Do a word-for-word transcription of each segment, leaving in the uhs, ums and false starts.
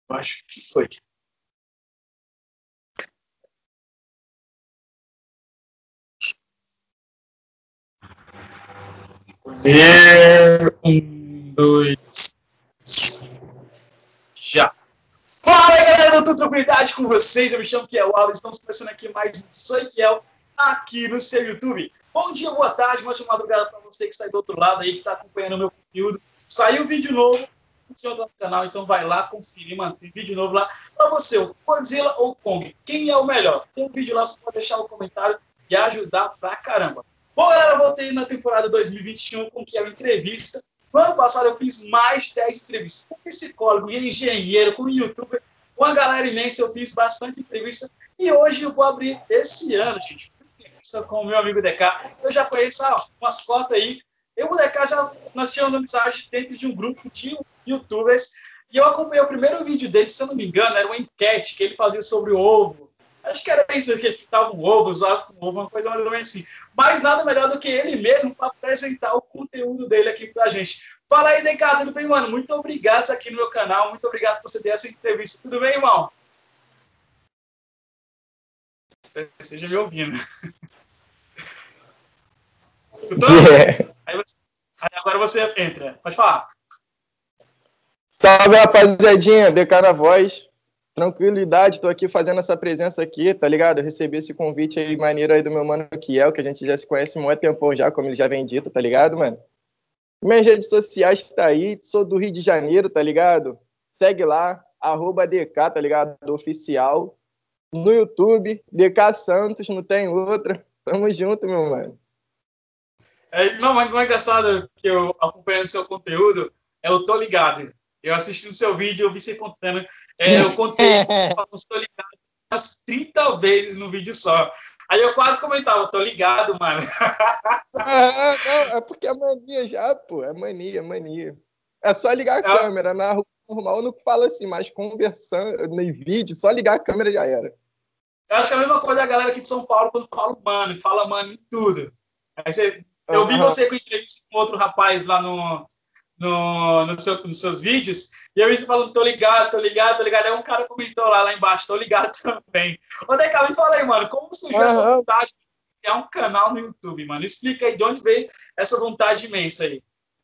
Eu acho que foi. E... Um, dois... Já. Fala, galera, tudo tranquilidade com vocês? Eu me chamo Kiel Alves, estamos começando aqui mais um Sou Kiel aqui no seu YouTube. Bom dia, boa tarde, boa madrugada para você que está aí do outro lado aí, que está acompanhando o meu conteúdo. Saiu vídeo novo no canal, então vai lá conferir, mano. Tem vídeo novo lá para você, o Godzilla ou Kong. Quem é o melhor? Tem um vídeo lá, você pode deixar o comentário e ajudar pra caramba. Bom, galera, eu voltei na temporada dois mil e vinte e um com que é uma entrevista. No ano passado eu fiz mais de dez entrevistas com psicólogo, engenheiro, com youtuber, com a galera imensa. Eu fiz bastante entrevista e hoje eu vou abrir esse ano, gente, com o meu amigo D K. Eu já conheço ah, umas cotas aí. Eu e o D K já nós tínhamos amizade dentro de um grupo de youtubers e eu acompanhei o primeiro vídeo dele, se eu não me engano, era uma enquete que ele fazia sobre o ovo. Acho que era isso, que ele fritava um ovo, usava com ovo, uma coisa mais ou menos assim. Mas nada melhor do que ele mesmo para apresentar o conteúdo dele aqui pra gente. Fala aí, D K, tudo bem, mano? Muito obrigado por estar aqui no meu canal, muito obrigado por você ter essa entrevista. Tudo bem, irmão? Espero que esteja me ouvindo. Tudo? Yeah. Aí, você... aí agora você entra. Pode falar. Salve, rapaziadinha, D K na voz. Tranquilidade, tô aqui fazendo essa presença aqui, tá ligado? Eu recebi esse convite aí maneiro aí do meu mano Kiel, que a gente já se conhece há muito tempão já, como ele já vem dito, tá ligado, mano? Minhas redes sociais tá aí, sou do Rio de Janeiro, tá ligado? Segue lá, arroba D K, tá ligado? Oficial. No YouTube, D K Santos, não tem outra. Tamo junto, meu mano. É, não, mas o engraçado que eu acompanhando seu conteúdo, é eu tô ligado. Eu assisti o seu vídeo, eu vi você contando. É, eu contei, você tô ligado umas trinta vezes no vídeo só. Aí eu quase comentava, tô ligado, mano. Ah, não, é porque é mania já, pô. É mania, é mania. É só ligar a Eu, câmera. Na rua normal eu não falo assim, mas conversando no vídeo, só ligar a câmera já era. eu acho que é a mesma coisa da galera aqui de São Paulo quando fala mano, que fala mano em tudo. Aí você, eu vi Aham. você com entrevista com outro rapaz lá no, no, no seu, nos seus vídeos, e eu vi você falando, tô ligado, tô ligado, tô ligado. Aí um cara comentou lá, lá embaixo, tô ligado também. Ô, Deca, me fala aí, mano, como surgiu essa Aham. vontade de criar um canal no YouTube, mano? Explica aí de onde veio essa vontade imensa aí.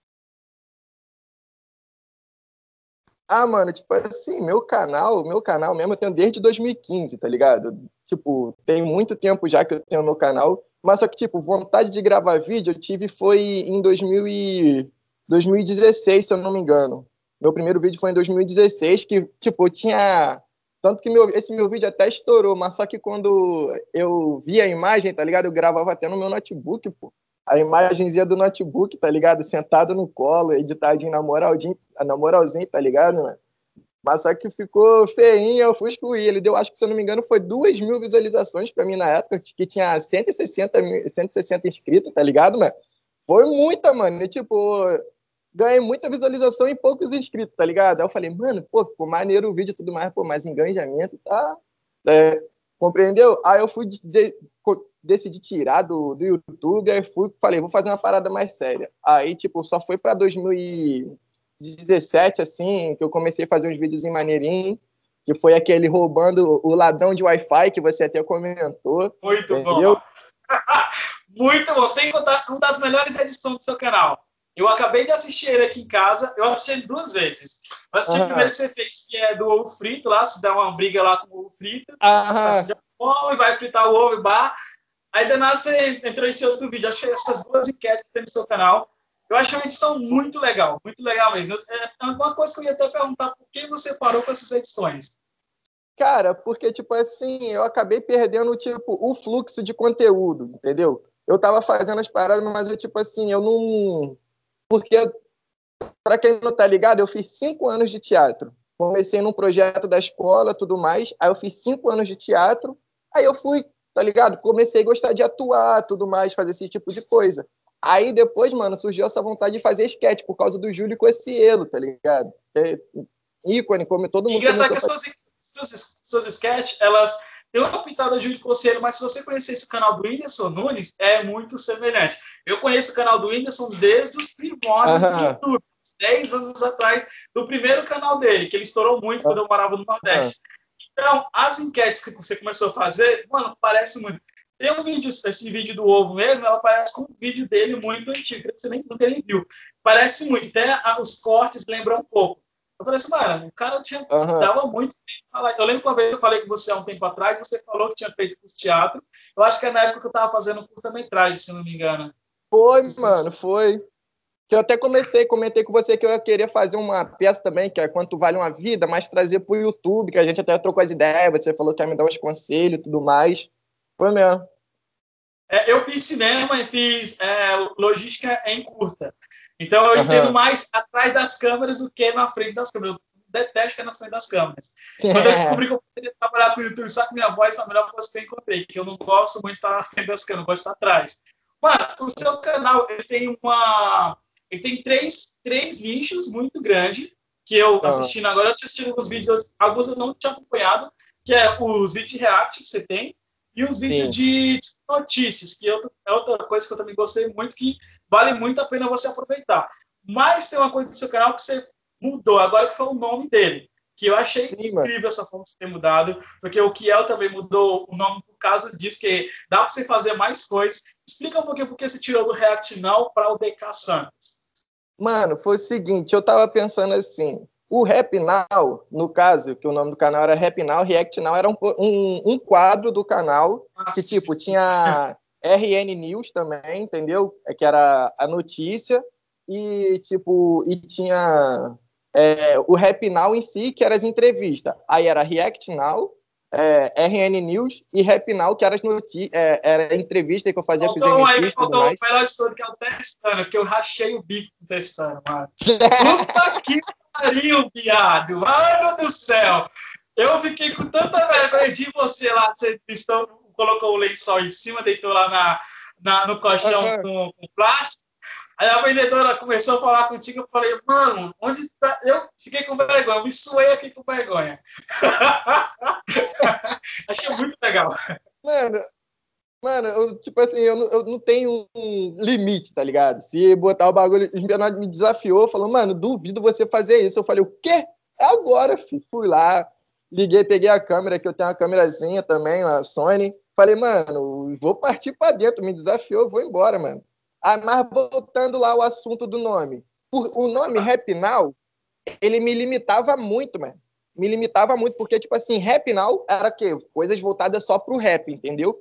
Ah, mano, tipo assim, meu canal, meu canal mesmo eu tenho desde dois mil e quinze, tá ligado? Tipo, tem muito tempo já que eu tenho meu canal, mas só que, tipo, vontade de gravar vídeo eu tive foi em dois mil e... dois mil e dezesseis, se eu não me engano. Meu primeiro vídeo foi em dois mil e dezesseis, que, tipo, eu tinha... Tanto que meu, esse meu vídeo até estourou, mas só que quando eu vi a imagem, tá ligado? Eu gravava até no meu notebook, pô. A imagenzinha do notebook, tá ligado? Sentado no colo, editadinho na moralzinha, na moralzinha, tá ligado, mano? Mas só que ficou feinho, eu fui excluir. Ele deu, acho que se eu não me engano, foi duas mil visualizações pra mim na época, que tinha cento e sessenta, cento e sessenta inscritos, tá ligado, mano? Foi muita, mano. E, tipo, ganhei muita visualização e poucos inscritos, tá ligado? Aí eu falei, mano, pô, ficou maneiro o vídeo e tudo mais, pô, mas engajamento tá. É, compreendeu? Aí eu fui de, de, decidi tirar do, do YouTube, aí fui, falei, vou fazer uma parada mais séria. Aí, tipo, só foi pra dois mil e dezessete, assim, que eu comecei a fazer uns vídeos em maneirinho, que foi aquele roubando o ladrão de Wi-Fi, que você até comentou, Muito bom. entendeu? Muito bom. Sem contar uma das melhores edições do seu canal. Eu acabei de assistir ele aqui em casa. Eu assisti ele duas vezes. Eu assisti o primeiro Aham. que você fez, que é do ovo frito lá. Se dá uma briga lá com o ovo frito. Você tá Aham. se fome e vai fritar o ovo e bar. Aí, danado, você entrou nesse outro vídeo. Acho que essas duas enquetes que tem no seu canal. Eu acho uma edição muito legal. Muito legal mesmo. É uma coisa que eu ia até perguntar. Por que você parou com essas edições? Cara, porque, tipo assim, eu acabei perdendo, tipo, o fluxo de conteúdo, entendeu? Eu tava fazendo as paradas, mas eu, tipo assim, eu não. Porque, pra quem não tá ligado, eu fiz cinco anos de teatro. Comecei num projeto da escola, tudo mais. Aí eu fiz cinco anos de teatro. Aí eu fui, tá ligado? Comecei a gostar de atuar, tudo mais, fazer esse tipo de coisa. Aí depois, mano, surgiu essa vontade de fazer sketch por causa do Júlio Cocielo, tá ligado? É ícone, como todo mundo Engraçado começou que a as fazer. suas, suas, suas sketches, elas têm uma pitada de Conselho, mas se você conhecesse o canal do Whindersson Nunes, é muito semelhante. Eu conheço o canal do Whindersson desde os primórdios do Aham. YouTube, dez anos atrás, do primeiro canal dele, que ele estourou muito quando eu morava no Aham. Nordeste. Então, as enquetes que você começou a fazer, mano, parece muito. Tem um vídeo, esse vídeo do ovo mesmo, ela parece com um vídeo dele muito antigo, que você nem, nunca nem viu. Parece muito, até a- os cortes lembram um pouco. Eu falei assim, mano, o cara tinha, Aham. dava muito tempo pra falar. Eu lembro que uma vez eu falei com você há um tempo atrás, você falou que tinha feito curso de teatro. Eu acho que é na época que eu tava fazendo curta-metragem, se não me engano. Foi, mano, foi. Que eu até comecei, comentei com você que eu queria fazer uma peça também, que é Quanto Vale uma Vida, mas trazer pro YouTube, que a gente até trocou as ideias, você falou que ia me dar uns conselhos e tudo mais. Foi mesmo. É, eu fiz cinema e fiz é, logística em curta. Então eu entendo Aham. mais atrás das câmeras do que na frente das câmeras. Eu detesto ficar na frente das câmeras. Quando eu descobri que eu poderia trabalhar com o YouTube só com minha voz, foi a melhor coisa que eu encontrei, que eu não gosto muito de estar na frente das câmeras, eu gosto de estar atrás. Mano, o seu canal ele tem uma. Ele tem três, três nichos muito grandes, que eu Aham. assistindo agora, eu tinha assistido alguns vídeos, alguns eu não tinha acompanhado, que é os vídeos react que você tem, e os vídeos Sim. de notícias, que eu, é outra coisa que eu também gostei muito, que vale muito a pena você aproveitar. Mas tem uma coisa do seu canal que você mudou, agora que foi o nome dele, que eu achei Sim, mano. incrível essa forma de ter mudado, porque o Kiel também mudou o nome por causa disso, que dá para você fazer mais coisas. Explica um pouquinho por que você tirou do React Now para o D K Santos. Mano, foi o seguinte, eu tava pensando assim, o Rap Now, no caso, que o nome do canal era Rap Now, React Now era um, um, um quadro do canal que, Nossa, tipo, tinha R N News também, entendeu? É que era a notícia, e, tipo, e tinha é, o Rap Now em si, que era as entrevistas. Aí era React Now, é, R N News e Rap Now, que era, as noti é, era a entrevista que eu fazia com os faltou um aí, M Cs e tudo faltou o mais. melhor de tudo, que é o testando, que eu rachei o bico testando, mano. Puta que pariu, viado! Mano do céu! Eu fiquei com tanta vergonha de você lá, você pistou, colocou o lençol em cima, deitou lá na, na, no colchão Aham. com, com plástico. Aí a vendedora começou a falar contigo, eu falei, mano, onde tá? Eu fiquei com vergonha, eu me suei aqui com vergonha. Achei muito legal. Mano, Mano, eu, tipo assim, eu não, eu não tenho um limite, tá ligado? Se botar o bagulho, o Bernardo me desafiou, falou, mano, duvido você fazer isso. Eu falei, o quê? É agora, filho. Fui lá, liguei, peguei a câmera, que eu tenho uma câmerazinha também, uma Sony. Falei, mano, vou partir pra dentro. Me desafiou, vou embora, mano. Ah, mas voltando lá ao assunto do nome. Por, o nome Rap Now, ele me limitava muito, mano. Me limitava muito, porque, tipo assim, Rap Now era o quê? Coisas voltadas só pro rap, entendeu?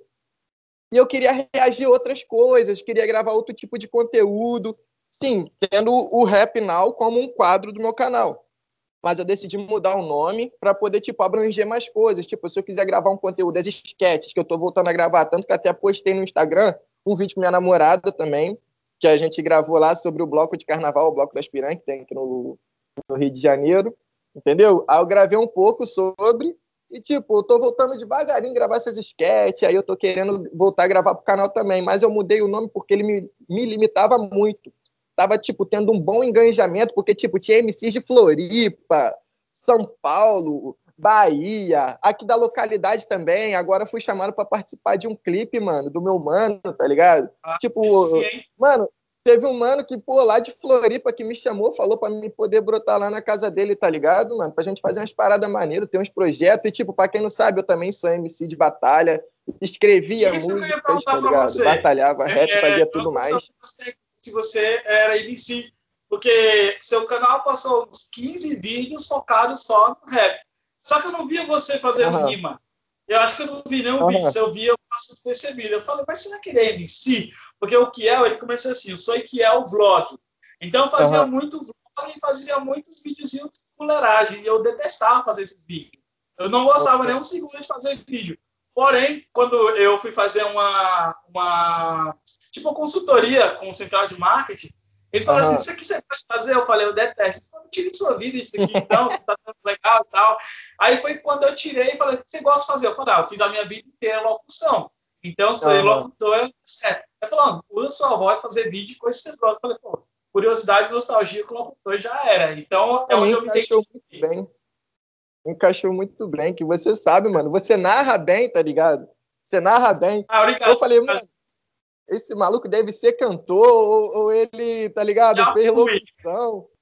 E eu queria reagir a outras coisas, queria gravar outro tipo de conteúdo. Sim, tendo o Rap Now como um quadro do meu canal. Mas eu decidi mudar o nome para poder, tipo, abranger mais coisas. Tipo, se eu quiser gravar um conteúdo, as sketches que eu tô voltando a gravar, tanto que até postei no Instagram um vídeo com minha namorada também, que a gente gravou lá sobre o bloco de carnaval, o bloco das Piranhas, que tem aqui no, no Rio de Janeiro, entendeu? Aí eu gravei um pouco sobre e, tipo, eu tô voltando devagarinho a gravar essas sketches, aí eu tô querendo voltar a gravar pro canal também, mas eu mudei o nome porque ele me, me limitava muito. Tava, tipo, tendo um bom engajamento, porque, tipo, tinha M Cs de Floripa, São Paulo, Bahia, aqui da localidade também. Agora fui chamado para participar de um clipe, mano, do meu mano, tá ligado? Ah, esse, Tipo, hein? mano, teve um mano que, pô, lá de Floripa que me chamou, falou para mim poder brotar lá na casa dele, tá ligado, mano? Pra gente fazer umas paradas maneiras, ter uns projetos. E, tipo, pra quem não sabe, eu também sou M C de batalha, escrevia Isso que eu ia músicas, tá perguntar para ligado? você. Batalhava rap, É, fazia eu tudo não sabia mais. se você era M C, porque seu canal passou uns quinze vídeos focados só no rap. Só que eu não via você fazendo Aham, rima. Eu acho que eu não vi nenhum vídeo. aham, Se eu vi, eu passo despercebido. Eu falei, mas será que ele é M C? Porque o Kiel, ele começou assim, eu sou Kiel Vlog. Então eu fazia aham, muito vlog e fazia muitos videozinhos de fuleiragem. E eu detestava fazer esses vídeos. Eu não gostava nem um segundo de fazer vídeo. Porém, quando eu fui fazer uma, uma tipo consultoria com o Central de Marketing, eles falaram assim, aham. isso aqui você pode fazer? Eu falei, eu detesto. Eles falaram, tire de sua vida isso aqui, então, que tá dando legal e tal. Aí foi quando eu tirei e falei, o que você gosta de fazer? Eu falei, ah, eu fiz a minha vida inteira locução. Então, sou Aham. locutor, certo. Ele falou, usa sua voz, fazer vídeo, coisas que vocês gostam. Eu falei, pô, curiosidade, nostalgia com locutor já era. Então, é Mano, onde eu me encaixou muito identifiquei. bem. Encaixou muito bem, que você sabe, mano. Você narra bem, tá ligado? Você narra bem. Ah, obrigado. Eu falei, mano, esse maluco deve ser cantor, ou, ou ele, tá ligado? Já Fez fui. locução.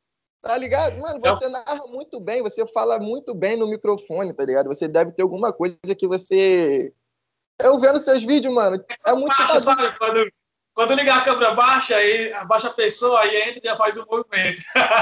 Tá ligado? Mano, Eu, você narra muito bem, você fala muito bem no microfone, tá ligado? Você deve ter alguma coisa que você. Eu vendo seus vídeos, mano, é muito baixa, bagulho. sabe? Quando, quando ligar a câmera baixa, aí abaixa a pessoa, aí entra e já faz o movimento.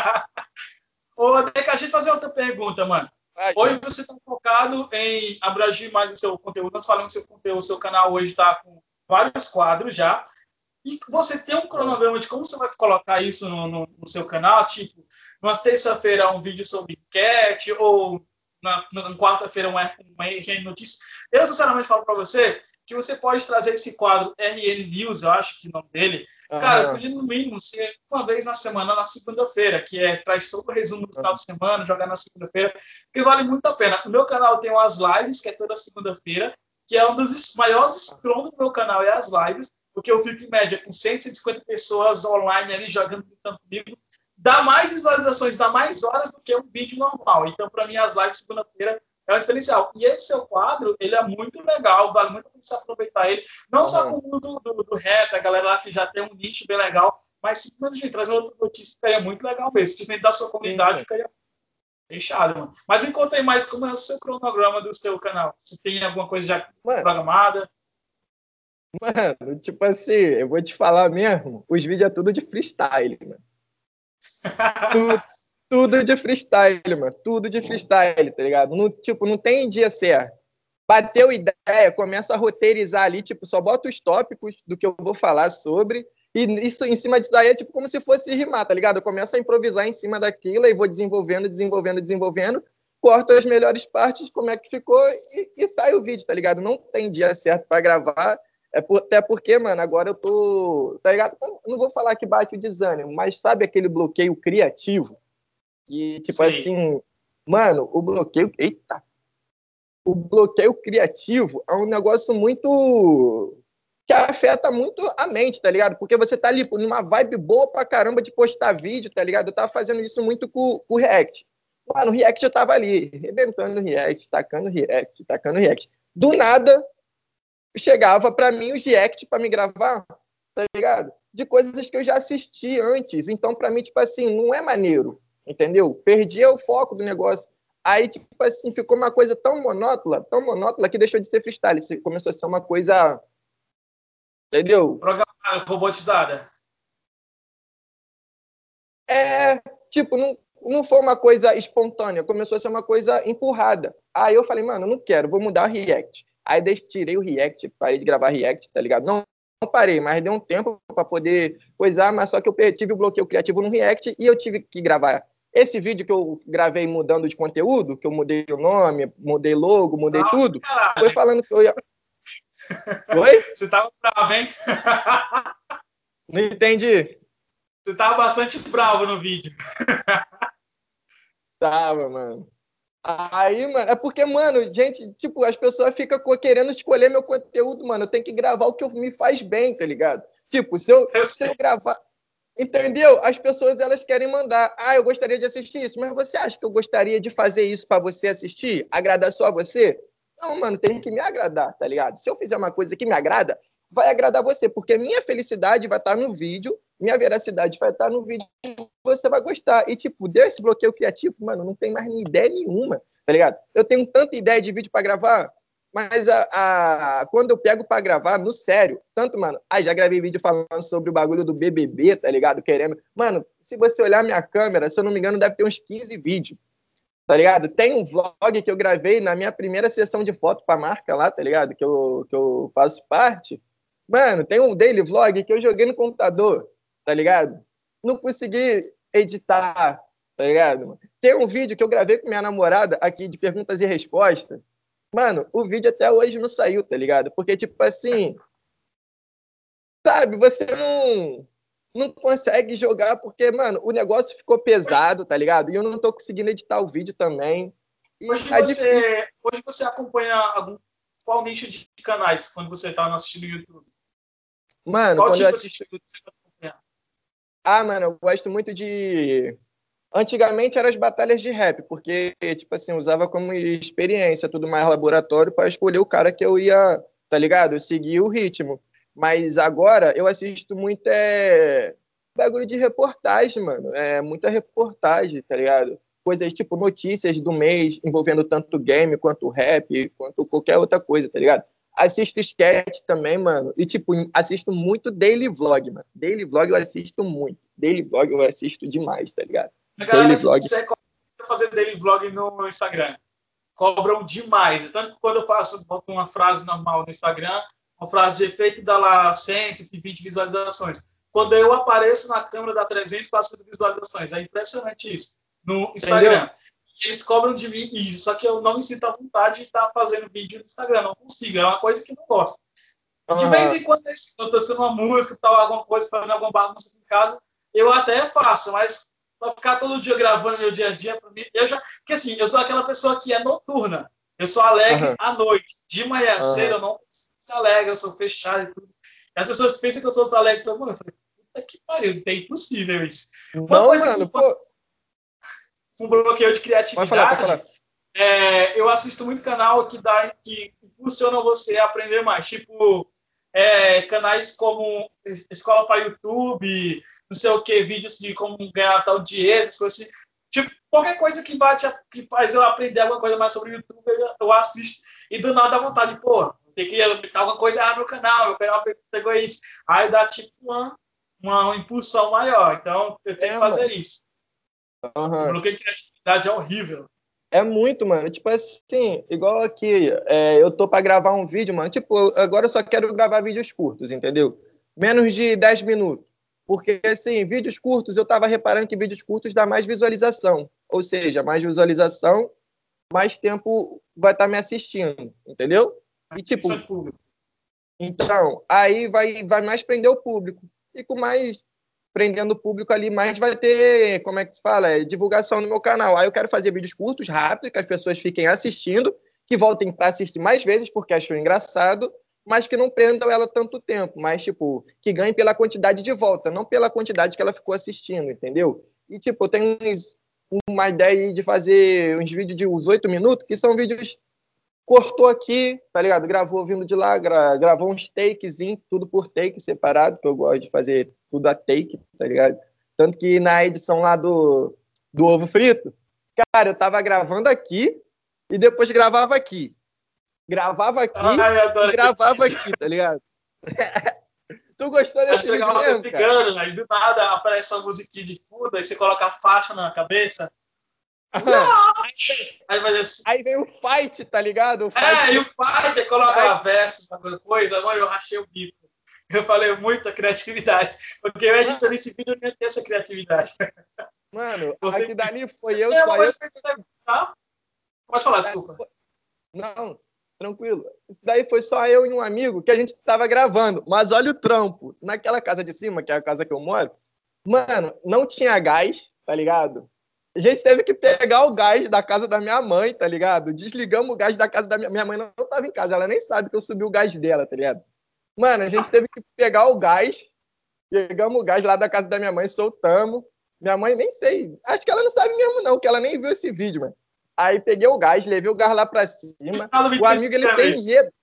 Ô, Deca, a gente fazer outra pergunta, mano. Vai, Hoje mano. você está focado em abranger mais o seu conteúdo. Nós falamos que seu conteúdo, o seu canal hoje está com vários quadros já. E você tem um Aham, cronograma de como você vai colocar isso no, no, no seu canal? Tipo, numa terça-feira um vídeo sobre enquete, ou na, na quarta-feira um, um R N Notícias. Eu, sinceramente, falo para você que você pode trazer esse quadro R N News, eu acho que é o nome dele, cara, aham, pedindo no mínimo ser uma vez na semana, na segunda-feira, que é traz todo o resumo do final aham, de semana, jogar na segunda-feira, que vale muito a pena. No meu canal tem umas lives, que é toda segunda-feira, que é um dos maiores estrondos do meu canal, é as lives, porque eu fico em média com cem, cento e cinquenta pessoas online ali jogando comigo, dá mais visualizações, dá mais horas do que um vídeo normal. Então, para mim, as lives segunda-feira é um diferencial. E esse seu quadro, ele é muito legal, vale muito a pena você aproveitar ele, não só com aham. o mundo do, do, do rap, a galera lá que já tem um nicho bem legal, mas simplesmente trazer outra notícia ficaria muito legal mesmo. Se dentro da sua Sim, comunidade, mano. ficaria fechado, mano. Mas me conta aí mais como é o seu cronograma do seu canal. Se tem alguma coisa já Mano, programada? mano, tipo assim, eu vou te falar mesmo, os vídeos é tudo de freestyle, mano. Tudo, tudo de freestyle, mano. Tudo de freestyle, tá ligado? Não, tipo, não tem dia certo. Bateu ideia, começa a roteirizar ali, tipo, só bota os tópicos do que eu vou falar sobre, e isso em cima disso daí é tipo como se fosse rimar, tá ligado? Eu começo a improvisar em cima daquilo e vou desenvolvendo, desenvolvendo, desenvolvendo, corto as melhores partes, como é que ficou, e, e sai o vídeo, tá ligado? Não tem dia certo para gravar, é por, até porque, mano, agora eu tô, tá ligado? Não vou falar que bate o desânimo, mas sabe aquele bloqueio criativo? Que, tipo Sei. assim, mano, o bloqueio. Eita, o bloqueio criativo é um negócio muito que afeta muito a mente, tá ligado? Porque você tá ali numa vibe boa pra caramba de postar vídeo, tá ligado? Eu tava fazendo isso muito com, com o React. Mano, o React eu tava ali, rebentando o React, tacando React, tacando React. Do nada, chegava pra mim os React pra me gravar, tá ligado? De coisas que eu já assisti antes. Então, pra mim, tipo assim, não é maneiro, entendeu? Perdi o foco do negócio. Aí, tipo assim, ficou uma coisa tão monótona, tão monótona, que deixou de ser freestyle. Isso começou a ser uma coisa, entendeu? Programada, robotizada. É, tipo, não, não foi uma coisa espontânea, começou a ser uma coisa empurrada. Aí eu falei, mano, não quero, vou mudar o React. Aí tirei o React, parei de gravar React, tá ligado? Não, não parei, mas deu um tempo para poder coisar, mas só que eu tive o bloqueio criativo no React e eu tive que gravar. Esse vídeo que eu gravei mudando de conteúdo, que eu mudei o nome, mudei logo, mudei Tava, tudo, foi caralho. falando que eu ia. Oi? Você tava bravo, hein? Não entendi. Você tava bastante bravo no vídeo. Tava, mano. Aí, mano, é porque, mano, gente, tipo, as pessoas ficam querendo escolher meu conteúdo, mano. Eu tenho que gravar o que me faz bem, tá ligado? Tipo, se eu, Eu se eu sei. gravar. Entendeu? As pessoas, elas querem mandar. Ah, eu gostaria de assistir isso, mas você acha que eu gostaria de fazer isso para você assistir? Agradar só você? Não, mano, tem que me agradar, tá ligado? Se eu fizer uma coisa que me agrada, vai agradar você, porque minha felicidade vai estar no vídeo, minha veracidade vai estar no vídeo, você vai gostar. E, tipo, deu esse bloqueio criativo, mano, não tem mais ideia nenhuma, tá ligado? Eu tenho tanta ideia de vídeo para gravar, mas a, a, quando eu pego para gravar, no sério, tanto, mano, aí já gravei vídeo falando sobre o bagulho do B B B, tá ligado? Querendo. Mano, se você olhar minha câmera, se eu não me engano, deve ter uns quinze vídeos, tá ligado? Tem um vlog que eu gravei na minha primeira sessão de foto pra marca lá, tá ligado? Que eu, que eu faço parte. Mano, tem um daily vlog que eu joguei no computador, tá ligado? Não consegui editar, tá ligado? Tem um vídeo que eu gravei com minha namorada aqui de perguntas e respostas. Mano, o vídeo até hoje não saiu, tá ligado? Porque, tipo assim, sabe, você não, não consegue jogar porque, mano, o negócio ficou pesado, tá ligado? E eu não tô conseguindo editar o vídeo também. E Hoje tá difícil. você, hoje você acompanha algum, qual nicho de canais quando você está assistindo o YouTube? Mano, Qual quando eu tipo assim, assisto. de você tá acompanhando? Ah, mano, eu gosto muito de. Antigamente eram as batalhas de rap, porque, tipo assim, usava como experiência, tudo mais laboratório, para escolher o cara que eu ia, tá ligado? Eu seguia o ritmo. Mas agora eu assisto muito é, bagulho de reportagem, mano. É muita reportagem, tá ligado? Coisas tipo notícias do mês envolvendo tanto game quanto rap, quanto qualquer outra coisa, tá ligado? Assisto sketch também, mano. E, tipo, assisto muito daily vlog, mano. Daily vlog eu assisto muito. Daily vlog eu assisto demais, tá ligado? A Daily galera que vlog. consegue fazer daily vlog no Instagram cobram demais. Tanto que quando eu faço boto uma frase normal no Instagram, uma frase de efeito dá lá cem, cento e vinte visualizações. Quando eu apareço na câmera dá trezentas, quatrocentas visualizações. É impressionante isso no Entendeu? Instagram. Eles cobram de mim isso, só que eu não me sinto à vontade de estar fazendo vídeo no Instagram. Não consigo, é uma coisa que eu não gosto. De vez Aham, em quando, eu estou assistindo uma música, tal, alguma coisa, fazendo alguma bagunça aqui em casa, eu até faço, mas para ficar todo dia gravando meu dia a dia, para mim, eu já. Porque assim, eu sou aquela pessoa que é noturna. Eu sou alegre aham, à noite. De manhã cedo, aham. eu não sou alegre, eu sou fechado e tudo. E as pessoas pensam que eu sou alegre todo mundo. Eu falei, puta que pariu, é impossível isso. Uma Não, coisa mano, que pô. um bloqueio de Pode falar, pode criatividade, falar. é, eu assisto muito canal que dá que impulsiona você a aprender mais, tipo é, canais como Escola para YouTube, não sei o que, vídeos de como ganhar tal dinheiro, coisas assim. Tipo, qualquer coisa que, vai te, que faz eu aprender alguma coisa mais sobre o YouTube, eu, eu assisto e do nada dá vontade, pô, tem que dar alguma coisa ah, no canal, meu canal pegou isso. Aí dá tipo uma, uma impulsão maior. Então, eu tenho que É, fazer mano. isso. O Aham. bloqueio de criatividade é horrível. É muito, mano. Tipo assim, igual aqui, é, eu tô pra gravar um vídeo, mano. Tipo, agora eu só quero gravar vídeos curtos, entendeu? Menos de dez minutos. Porque, assim, vídeos curtos, eu tava reparando que vídeos curtos dá mais visualização. Ou seja, mais visualização, mais tempo vai estar me assistindo, entendeu? E, Isso é tipo, público. então, aí vai, vai mais prender o público. E com mais prendendo o público ali, mais vai ter, como é que se fala? É, divulgação no meu canal. Aí eu quero fazer vídeos curtos, rápidos, que as pessoas fiquem assistindo, que voltem para assistir mais vezes, porque acham engraçado, mas que não prendam ela tanto tempo. Mas, tipo, que ganhem pela quantidade de volta, não pela quantidade que ela ficou assistindo, entendeu? E, tipo, eu tenho uma ideia aí de fazer uns vídeos de uns oito minutos, que são vídeos cortou aqui, tá ligado? Gravou vindo de lá, gra gravou uns takezinhos, tudo por take separado, que eu gosto de fazer tudo a take, tá ligado? Tanto que na edição lá do, do ovo frito, cara, eu tava gravando aqui e depois gravava aqui. Gravava aqui Ai, eu e adoro aquele gravava vídeo. aqui, tá ligado? Tu gostou Acho desse vídeo legal você mesmo, cara? brigando, aí do nada aparece uma musiquinha de fundo, aí você coloca a faixa na cabeça. Aí vem, Aí vai assim. aí vem o fight, tá ligado? O fight É, e do o fight, aí coloca fight. versos, alguma coisa. Mano, eu rachei o bico. Eu falei muita criatividade. Porque eu editando esse vídeo, eu não ia ter essa criatividade. Mano, Você aqui dali foi eu, é uma só eu. coisa que você tá? Pode falar, desculpa. Não, tranquilo. Isso daí foi só eu e um amigo que a gente tava gravando. Mas olha o trampo. Naquela casa de cima, que é a casa que eu moro, mano, não tinha gás, tá ligado? A gente teve que pegar o gás da casa da minha mãe, tá ligado? Desligamos o gás da casa da minha, minha mãe. Não tava em casa, ela nem sabe que eu subi o gás dela, tá ligado? Mano, a gente teve que pegar o gás, pegamos o gás lá da casa da minha mãe, soltamos. Minha mãe nem sei, acho que ela não sabe mesmo não, que ela nem viu esse vídeo, mano. Aí peguei o gás, levei o gás lá pra cima. Fala me O amigo, ele explicando tem isso. medo.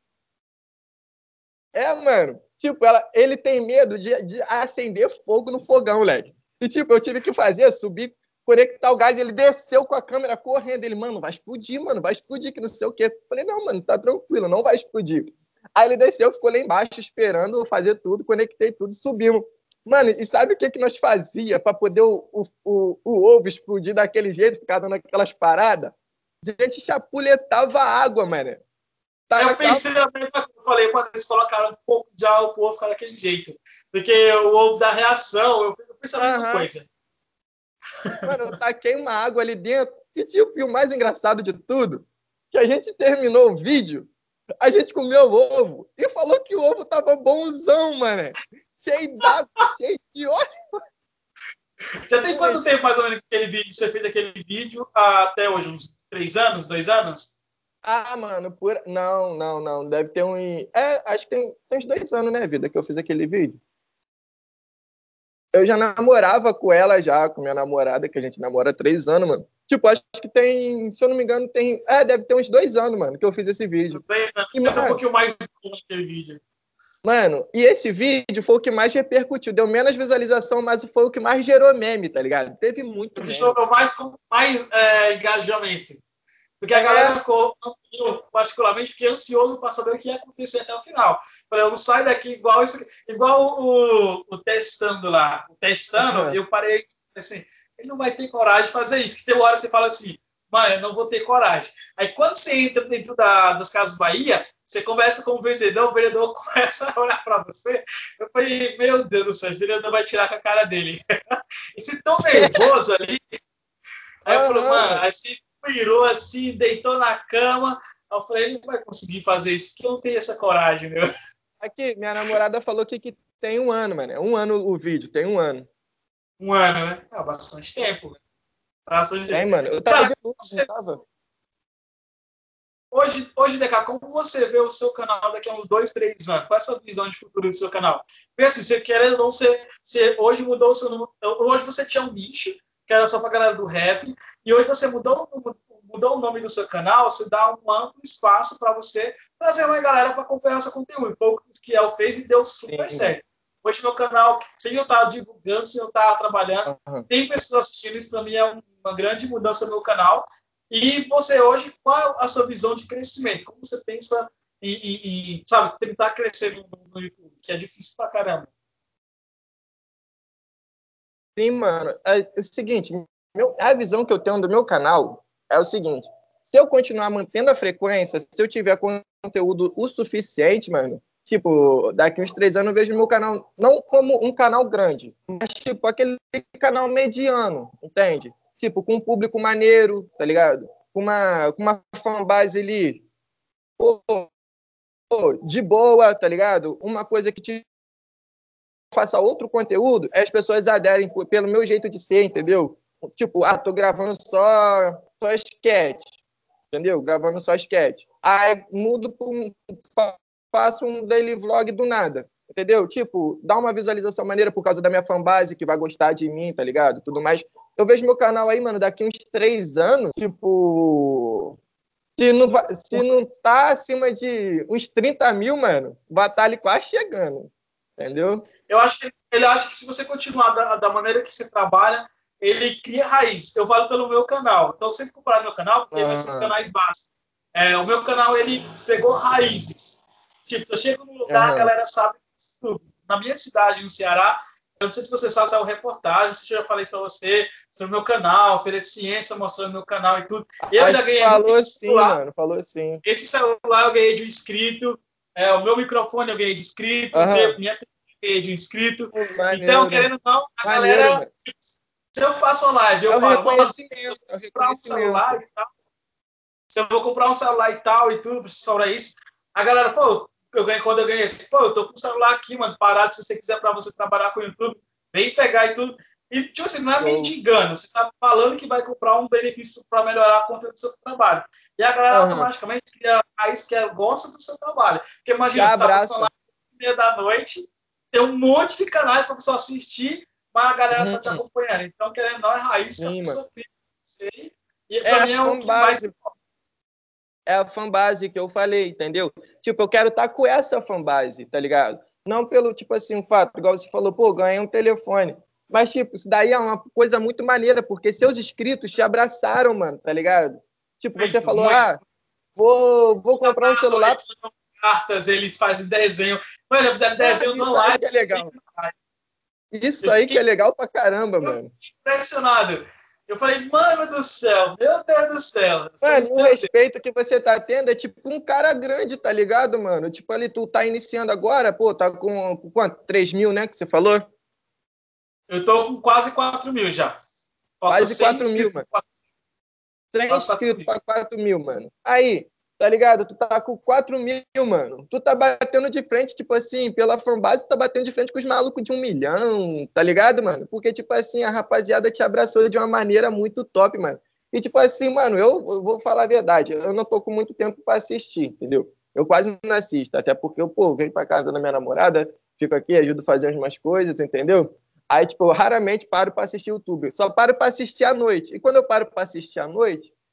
É, mano. Tipo, ela, ele tem medo de, de acender fogo no fogão, moleque. E, tipo, eu tive que fazer, subir, conectar o gás. Ele desceu com a câmera correndo. Ele, mano, vai explodir, mano, vai explodir, que não sei o quê. Eu falei, não, mano, tá tranquilo, não vai explodir. Aí ele desceu, ficou lá embaixo esperando eu fazer tudo, conectei tudo, subimos. Mano, e sabe o que, que nós fazia para poder o, o, o, o ovo explodir daquele jeito, ficar dando aquelas paradas? A gente chapuletava a água, mano. Eu Tacava. pensei também, eu falei, quando eles colocaram um pouco de álcool, o ovo fica daquele jeito. Porque o ovo dá reação, eu pensei a mesma Aham. coisa. Mano, eu taquei uma água ali dentro. E, tipo, e o mais engraçado de tudo, que a gente terminou o vídeo, a gente comeu o ovo e falou que o ovo tava bonzão, mano. Cheio d'água, cheio de óleo. Já tem quanto tempo, mais ou menos, que aquele vídeo, você fez aquele vídeo até hoje? Uns três anos, dois anos? Ah, mano, por... não, não, não. Deve ter um. É, acho que tem, tem uns dois anos, né, vida, que eu fiz aquele vídeo. Eu já namorava com ela já, com minha namorada, que a gente namora há três anos, mano. Tipo, acho que tem, se eu não me engano, tem. É, deve ter uns dois anos, mano, que eu fiz esse vídeo. Bem, né? E, Deve ser um mano, pouquinho mais naquele vídeo. Mano, e esse vídeo foi o que mais repercutiu. Deu menos visualização, mas foi o que mais gerou meme, tá ligado? Teve muito O que meme. gerou mais, mais é, engajamento. Porque a É, galera ficou, eu particularmente, fiquei ansioso para saber o que ia acontecer até o final. Falei, eu não saio daqui igual isso, igual o, o testando lá. O testando, eu parei assim, ele não vai ter coragem de fazer isso. Que tem uma hora que você fala assim, mano, eu não vou ter coragem. Aí quando você entra dentro da, das Casas Bahia, você conversa com o vendedor, o vendedor começa a olhar para você. Eu falei, meu Deus do céu, esse vendedor vai tirar com a cara dele. Esse tão nervoso ali. Aí eu falei, aham, mano, mano. aí você virou assim, deitou na cama. Aí eu falei, ele não vai conseguir fazer isso, porque eu não tenho essa coragem, meu. Aqui, minha namorada falou que, que tem um ano, mano. É um ano o vídeo, tem um ano. Um ano, né? É bastante tempo. Bastante Tem, tempo. mano. Eu tava Cara, de novo, não você, tava? hoje, hoje, Deca, como você vê o seu canal daqui a uns dois, três anos? Qual é a sua visão de futuro do seu canal? Porque assim, você querendo ou não, você, você hoje mudou o seu número. Hoje você tinha um nicho, que era só pra galera do rap, e hoje você mudou, mudou o nome do seu canal, você dá um amplo espaço para você trazer uma galera para acompanhar seu conteúdo. Pouco que ela fez e deu super Sim, mano. certo. Hoje meu canal, sem eu estar divulgando, sem eu estar trabalhando, Aham. tem pessoas assistindo, isso para mim é uma grande mudança no meu canal. E você hoje, qual é a sua visão de crescimento? Como você pensa em, em, em sabe, tentar crescer no, no YouTube, que é difícil pra caramba. Sim, mano. É o seguinte, meu, a visão que eu tenho do meu canal é o seguinte: se eu continuar mantendo a frequência, se eu tiver conteúdo o suficiente, mano, tipo, daqui uns três anos eu vejo meu canal não como um canal grande, mas tipo aquele canal mediano, entende? Tipo, com um público maneiro, tá ligado? Com uma, com uma fanbase ali, pô, pô, de boa, tá ligado? Uma coisa que te faça outro conteúdo, as pessoas aderem pelo meu jeito de ser, entendeu? Tipo, ah, tô gravando só, só sketch, entendeu? Gravando só sketch. Aí mudo, um, faço um daily vlog do nada, entendeu? Tipo, dá uma visualização maneira por causa da minha fanbase que vai gostar de mim, tá ligado? Tudo mais. Eu vejo meu canal aí, mano, daqui uns três anos, tipo, se não, vai, se não tá acima de uns trinta mil, mano, vai estar ali quase chegando, entendeu? Eu acho que ele acha que se você continuar da, da maneira que você trabalha, ele cria raiz. Eu falo pelo meu canal. Então, sempre comparar meu canal, porque vai ser os Aham, canais básicos. É, o meu canal, ele pegou raízes. Tipo, eu chego num lugar, a aham. galera sabe tudo. Na minha cidade, no Ceará, eu não sei se você sabe, saiu reportagem, se eu já falei isso pra você, sobre o meu canal, Feira de Ciência, mostrando meu canal e tudo. Eu Acho já que ganhei muito falou esse sim, celular. mano. Falou sim. Esse celular eu ganhei de um inscrito. É, o meu microfone eu ganhei de inscrito. Aham. Minha T V eu ganhei de um inscrito. Pô, Então, maneiro. querendo ou não, a Maneiro, galera, mano. se eu faço uma live, É eu o falo, mano, reconhecimento. É o comprar um celular reconhecimento. e tal. Se eu vou comprar um celular e tal e tudo, preciso para isso. A galera, pô, eu ganhei quando eu ganhei esse, pô, eu tô com o celular aqui, mano, parado, se você quiser para você trabalhar com o YouTube, vem pegar e tudo. E, tipo assim, não é Show. mendigando, você tá falando que vai comprar um benefício para melhorar a conta do seu trabalho. E a galera Aham. automaticamente cria a raiz que é, gosta do seu trabalho. Porque imagina, Já você tá postando lá abraça. meia da noite, tem um monte de canais para a pessoa assistir, mas a galera tá te Uhum. acompanhando. Então, querendo ou não, é raiz que a Sim, mano. pessoa cria. E É para a mim é o que mais. fanbase. É a fanbase que eu falei, entendeu? Tipo, eu quero estar com essa fanbase, tá ligado? Não pelo, tipo assim, um fato, igual você falou, pô, ganhei um telefone. Mas, tipo, isso daí é uma coisa muito maneira, porque seus inscritos te abraçaram, mano, tá ligado? Tipo, você Muito, falou, muito. ah, vou, vou Eles comprar um abraçam, celular. eles mandam cartas, eles fazem desenho. Mano, eles fizeram Ah, desenho no isso aí live. que é legal. Isso Eu aí que fiquei é legal pra caramba, mano. impressionado. Eu falei, mano do céu, meu Deus do céu. Eu Mano, falei, e o meu Deus. respeito que você tá tendo é tipo um cara grande, tá ligado, mano? Tipo, ali, tu tá iniciando agora, pô, tá com, com quanto? Três mil, né, que você falou? Eu tô com quase quatro mil já. Falta Quase cem quatro mil, inscritos, mano. Cem quase quatro inscritos mil. pra quatro mil, mano. Aí, tá ligado? Tu tá com quatro mil, mano. Tu tá batendo de frente, tipo assim, pela fanbase, tu tá batendo de frente com os malucos de um milhão, tá ligado, mano? Porque, tipo assim, a rapaziada te abraçou de uma maneira muito top, mano. E, tipo assim, mano, eu, eu vou falar a verdade, eu não tô com muito tempo pra assistir, entendeu? Eu quase não assisto, até porque eu, pô, venho pra casa da minha namorada, fico aqui, ajudo a fazer umas coisas, entendeu? Aí, tipo, eu raramente paro pra assistir YouTube. Só paro pra assistir à noite. E quando eu paro pra assistir à noite,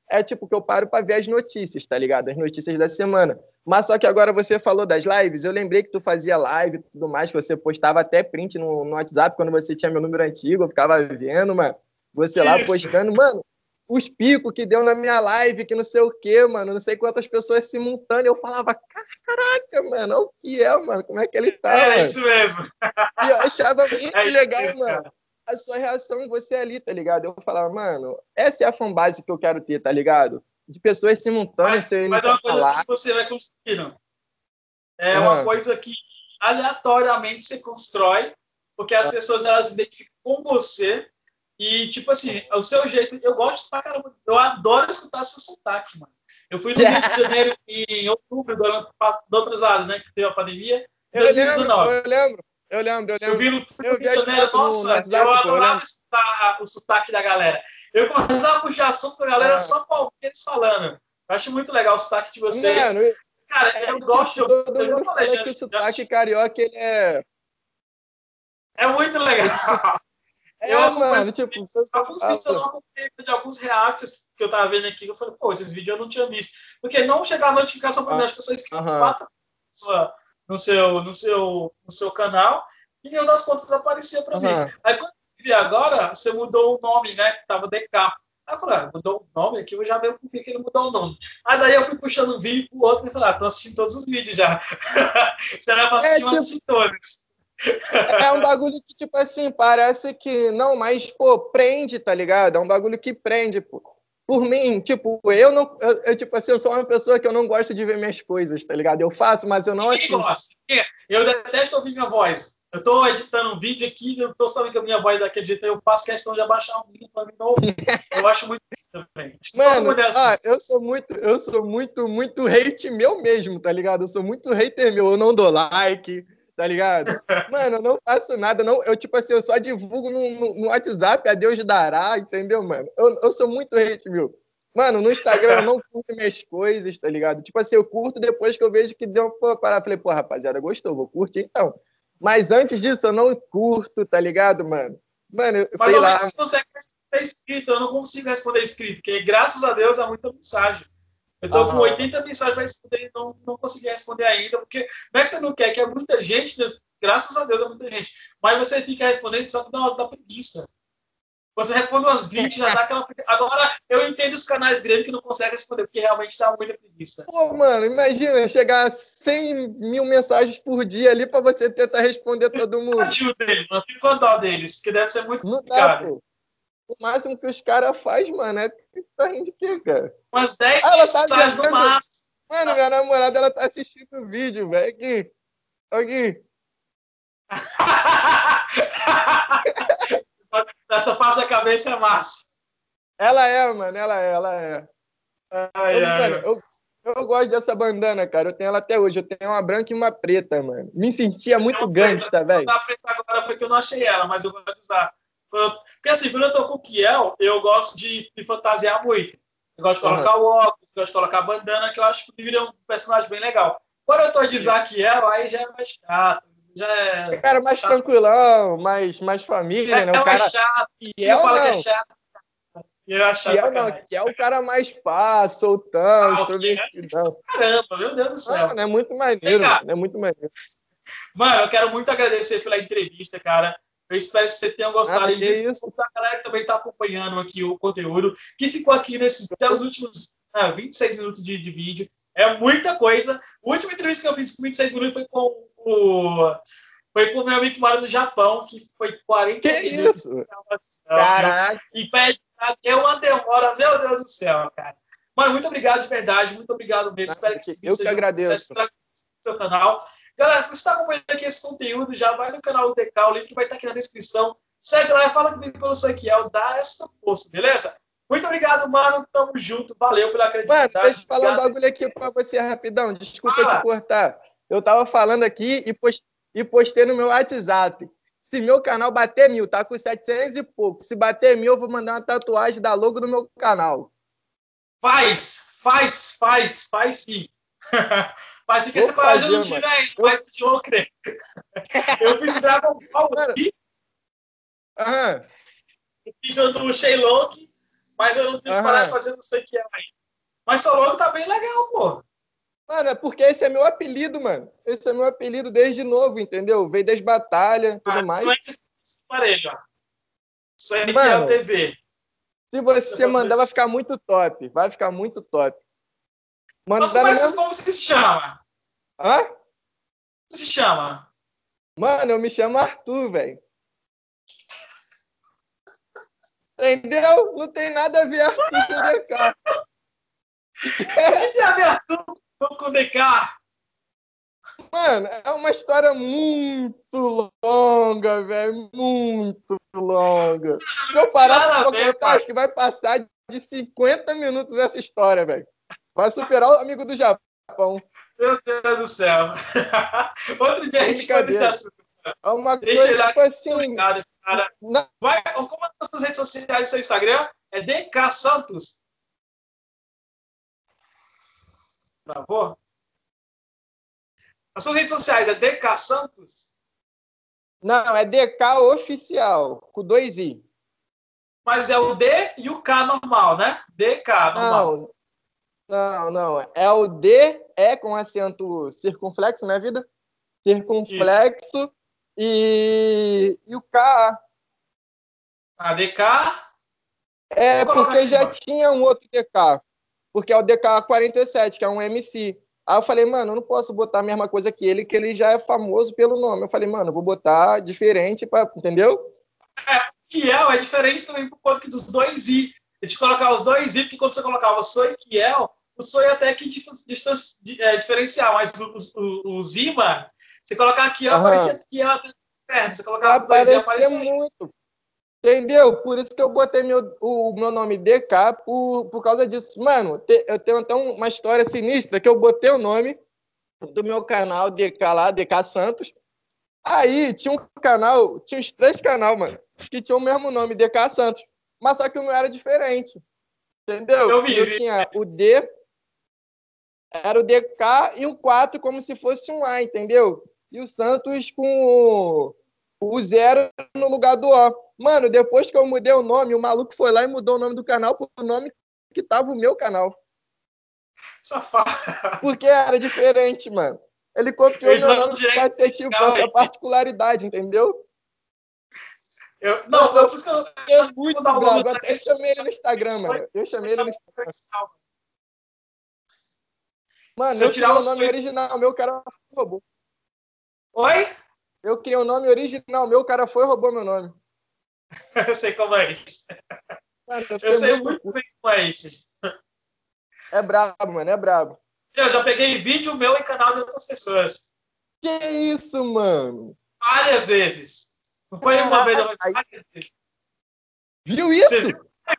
é tipo que eu paro pra ver as notícias, tá ligado? As notícias da semana. Mas só que agora você falou das lives, eu lembrei que tu fazia live e tudo mais, que você postava até print no, no WhatsApp quando você tinha meu número antigo, eu ficava vendo, mano, você lá Isso. postando, mano, os picos que deu na minha live, que não sei o quê, mano, não sei quantas pessoas simultâneas, eu falava, caraca, mano, olha o que é, mano, como é que ele tá, É mano? isso mesmo. E eu achava muito É isso legal, mesmo, mano. cara. A sua reação, você ali, tá ligado? Eu falava, mano, essa é a fanbase que eu quero ter, tá ligado? De pessoas simultâneas Mas, se mas é iniciando uma a coisa que live. você vai construindo. É uma Aham. coisa que aleatoriamente você constrói, porque as pessoas elas se identificam com você. E, tipo assim, o seu jeito. Eu gosto pra caramba. Eu adoro escutar seu sotaque, mano. Eu fui no Rio de Janeiro em outubro do ano do atrasado, né? Que teve a pandemia, em Eu lembro, pô, dois mil e dezenove. eu lembro, eu lembro, eu Eu lembro. vi no, fui no Eu Rio vi de as Janeiro, fotos no, no nossa, eu WhatsApp, pô, eu adorava lembro. escutar o sotaque da galera. Eu começava a puxar assunto com a galera Ah, só pra ouvir eles falando. Eu acho muito legal o sotaque de mano, vocês. Cara, eu é gosto de tipo, ouvir. todo Eu já mundo falei, fala já, que o já sotaque assisti. carioca, ele é. É muito legal. Esse so- Eu É, acompanho mano, esses tipo, o vídeos. pessoal Alguns vídeos eu não fala. acompanhei, de alguns reacts que eu tava vendo aqui. Eu falei, pô, esses vídeos eu não tinha visto. Porque não chegar a notificação pra mim, Ah, acho que eu só inscrevi aham, quatro no seu, no, seu, no seu canal e nenhuma das contas aparecia pra mim. aham. Aí quando eu vi agora, você mudou o nome, né? Tava D K. Aí eu falei, ah, mudou o nome aqui, eu já vejo por que ele mudou o nome. Aí daí eu fui puxando um vídeo pro outro e falei, ah, tô assistindo todos os vídeos já. Se era pra É assistir, eu tipo. assisti todos. É um bagulho que, tipo assim, parece que não, mas, pô, prende, tá ligado? É um bagulho que prende, pô. Por mim, tipo, eu não. Eu, eu, tipo assim, eu sou uma pessoa que eu não gosto de ver minhas coisas, tá ligado? Eu faço, mas eu não Ninguém assisto. gosta. Eu detesto ouvir minha voz. Eu estou editando um vídeo aqui, eu estou sabendo que a minha voz é daquele jeito, eu faço questão de abaixar um vídeo para mim não ouvir. Eu acho muito também. Acho que todo Mano, mundo é assim. ó, eu sou muito, eu sou muito, muito hate meu mesmo, tá ligado? Eu sou muito hater meu, eu não dou like, tá ligado? Mano, eu não faço nada, não. Eu, tipo assim, eu só divulgo no, no, no WhatsApp, a Deus dará, entendeu, mano? Eu, eu sou muito hate meu. Mano, no Instagram eu não curto minhas coisas, tá ligado? Tipo assim, eu curto depois que eu vejo que deu uma parada. Falei, pô, rapaziada, gostou, vou curtir então. Mas antes disso, eu não curto, tá ligado, mano? Mano, eu Mas sei ao menos lá. você consegue responder escrito. Eu não consigo responder escrito, porque graças a Deus é muita mensagem. Eu estou com Ah, oitenta mensagens para responder e não, não consegui responder ainda, porque não é que você não quer, que é muita gente, graças a Deus é muita gente. Mas você fica respondendo só da, da preguiça. Você responde umas vinte, já dá aquela. Agora, eu entendo os canais grandes que não conseguem responder, porque realmente dá muita preguiça. pô, mano, imagina chegar a cem mil mensagens por dia ali pra você tentar responder todo mundo. Tadinho deles, não fico com dó deles, que deve ser muito Não dá, complicado. pô. O máximo que os caras fazem, mano, é tá rindo de quê, cara? Umas dez Ah, ela tá mensagens no vendo. máximo. Mano, minha namorada, ela tá assistindo o vídeo, velho. Aqui, aqui. Essa parte da cabeça é massa. Ela é, mano, ela é, ela é. Ai, Eu, mano, ai. eu, eu gosto dessa bandana, cara. Eu tenho ela até hoje. Eu tenho uma branca e uma preta, mano. Me sentia Você tem muito uma preta. gangsta, Vou velho. usar a preta agora porque eu não achei ela, mas eu vou usar. Porque assim, quando eu tô com o Kiel, eu gosto de me fantasiar muito. Eu gosto de Aham. colocar o óculos, eu gosto de colocar a bandana, que eu acho que o Livre é um personagem bem legal. Quando eu tô de Zaquiel, aí já é mais chato. Já É é cara mais chato. tranquilão, mais, mais família, né? O É mais cara. chato. Filho Fiel fala que é não. chato. E eu acho chato pra Kiel não, caralho. Kiel é o cara mais pá, soltão, Ah, o Kiel, extrovertidão. caramba, meu Deus do céu. Mano, é muito Vem maneiro, cá, mano. É muito maneiro. mano, eu quero muito agradecer pela entrevista, cara. Eu espero que você tenha Nada gostado que e isso. a galera que também está acompanhando aqui o conteúdo, que ficou aqui nesses até os últimos ah, vinte e seis minutos de, de vídeo. É muita coisa. A última entrevista que eu fiz com vinte e seis minutos foi com o foi com o meu amigo que mora no Japão, que foi Que quarenta minutos de isso? gravação, viu? Caraca, E pede deu uma demora, meu Deus do céu, cara. Mano, muito obrigado de verdade, muito obrigado mesmo. Espero nada que que esse vídeo eu que seja um sucesso agradeço. para o seu canal. Galera, se você está acompanhando aqui esse conteúdo, já vai no canal do D K, o link vai estar aqui na descrição. Segue lá e fala comigo pelo Saquiel, dá essa força, beleza? Muito obrigado, mano. Tamo junto. Valeu pela Mano, credibilidade. deixa eu falar um Obrigado. bagulho aqui pra você rapidão. Desculpa te Fala. cortar. Eu tava falando aqui e post- e postei no meu WhatsApp. Se meu canal bater mil, tá com setecentos e pouco. Se bater mil, eu vou mandar uma tatuagem da logo do meu canal. Faz, faz, faz, faz sim. Faz sim, que Vou essa coragem eu não fazer, tive mano. ainda, Eu, mas eu vou crer. Eu fiz o Dragon Ball mano, aqui, aham. fiz o do Shenlong Mas eu não tive coragem de Aham. fazer não sei o que é aí. Mas seu logo tá bem legal, pô. Mano, é porque esse é meu apelido, mano. Esse é meu apelido desde novo, entendeu? Veio das batalhas, Ah, tudo não é mais. esse aparelho, ó. Isso aí que é o Mano, T V. se você mandar, vai ficar muito top. Vai ficar muito top. Mas como, Mandar no é, mesmo. como se chama? Hã? Como se chama? Mano, eu me chamo Arthur, velho. Entendeu? Não tem nada a ver Arthur com D K. O que tem a ver Arthur com o D K? Mano, é uma história muito longa, velho. Muito longa. Se eu Tem parar nada a pra ver, contar, pai. acho que vai passar de cinquenta minutos essa história, velho. Vai superar o amigo do Japão. Meu Deus do céu. Outro dia a Sem gente foi nesse brincadeira. assunto. É uma Deixa coisa ele lá. tipo Muito assim. obrigado, cara. na- Vai, como é nas suas redes sociais e seu Instagram? É D K Santos. Travou? As suas redes sociais é D K Santos? Não, é D K oficial, com dois I. Mas é o D e o K normal, né? D K normal. Não, não, não. É o D, é com acento circunflexo, né, vida? Isso. Circunflexo e, e o K. A D K. É Vou colocar porque aqui já embaixo. tinha um outro D K, porque é o D K quarenta e sete, que é um M C. Aí eu falei, mano, eu não posso botar a mesma coisa que ele, que ele já é famoso pelo nome. Eu falei, mano, eu vou botar diferente, pra, entendeu? Kiel é diferente também por conta que dos dois I. A gente colocar os dois I, porque quando você colocava Sou e Kiel, o Sou ia até que distância, é, diferenciar, mas os, os I, mano, você colocar Kiel, Aham. aparecia Kiel até perto. Você Vai colocava com dois I, aparecer aparecia. muito. Entendeu? Por isso que eu botei meu, o, o meu nome D K por, por causa disso. Mano, te, eu tenho até uma história sinistra que eu botei o nome do meu canal D K lá, D K Santos. Aí tinha um canal, tinha uns três canal, mano, que tinha o mesmo nome, D K Santos. Mas só que o meu era diferente, entendeu? Eu O vi, meu vi. tinha o D, era o D K e o quatro como se fosse um A, entendeu? E o Santos com o, o zero no lugar do O. Mano, depois que eu mudei o nome, o maluco foi lá e mudou o nome do canal pro nome que tava o meu canal. Safado. Porque era diferente, mano. Ele copiou Ele meu dando nome direito pra ter, tipo, legal essa aí. particularidade, entendeu? Eu, não, Mano, foi eu por isso que eu, fiquei eu vou muito mudar o nome bravo. Eu da até rede chamei ele no Instagram, social. mano. Eu chamei ele no Instagram. Mano, Se eu eu tirar criei o o nome Sou. original, meu cara roubou. Oi? Eu criei o nome original, meu cara foi e roubou meu nome. Eu sei como é isso. Mano, eu Eu fiquei sei muito muito puto. bem como é isso. É brabo, mano, é brabo. Eu já peguei vídeo meu em canal de outras pessoas. Que isso, mano? Várias vezes. Não foi uma vez, Caralho. não, várias vezes. Viu Você isso? viu?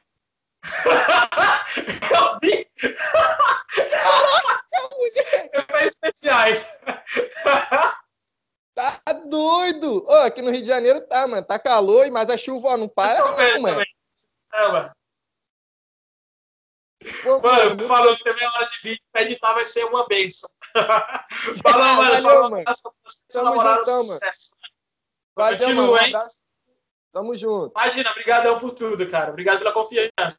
Eu vi. Caraca, mulher. Efeitos especiais. Tá doido. Ô, aqui no Rio de Janeiro tá, mano. Tá calor, mas a chuva ó, não Tá para não, chovendo mano. também. Caramba. Pô, Mano, mano, muito falou louco. que também a hora de vídeo pra editar vai ser uma benção. Falou, mano. Valeu, Falou, mano. abraço pra você, seu Tamo namorado, juntão, mano. sucesso. Valeu, mano. Um Continua, hein? abraço. Tamo junto. Imagina, obrigadão por tudo, cara. Obrigado pela confiança.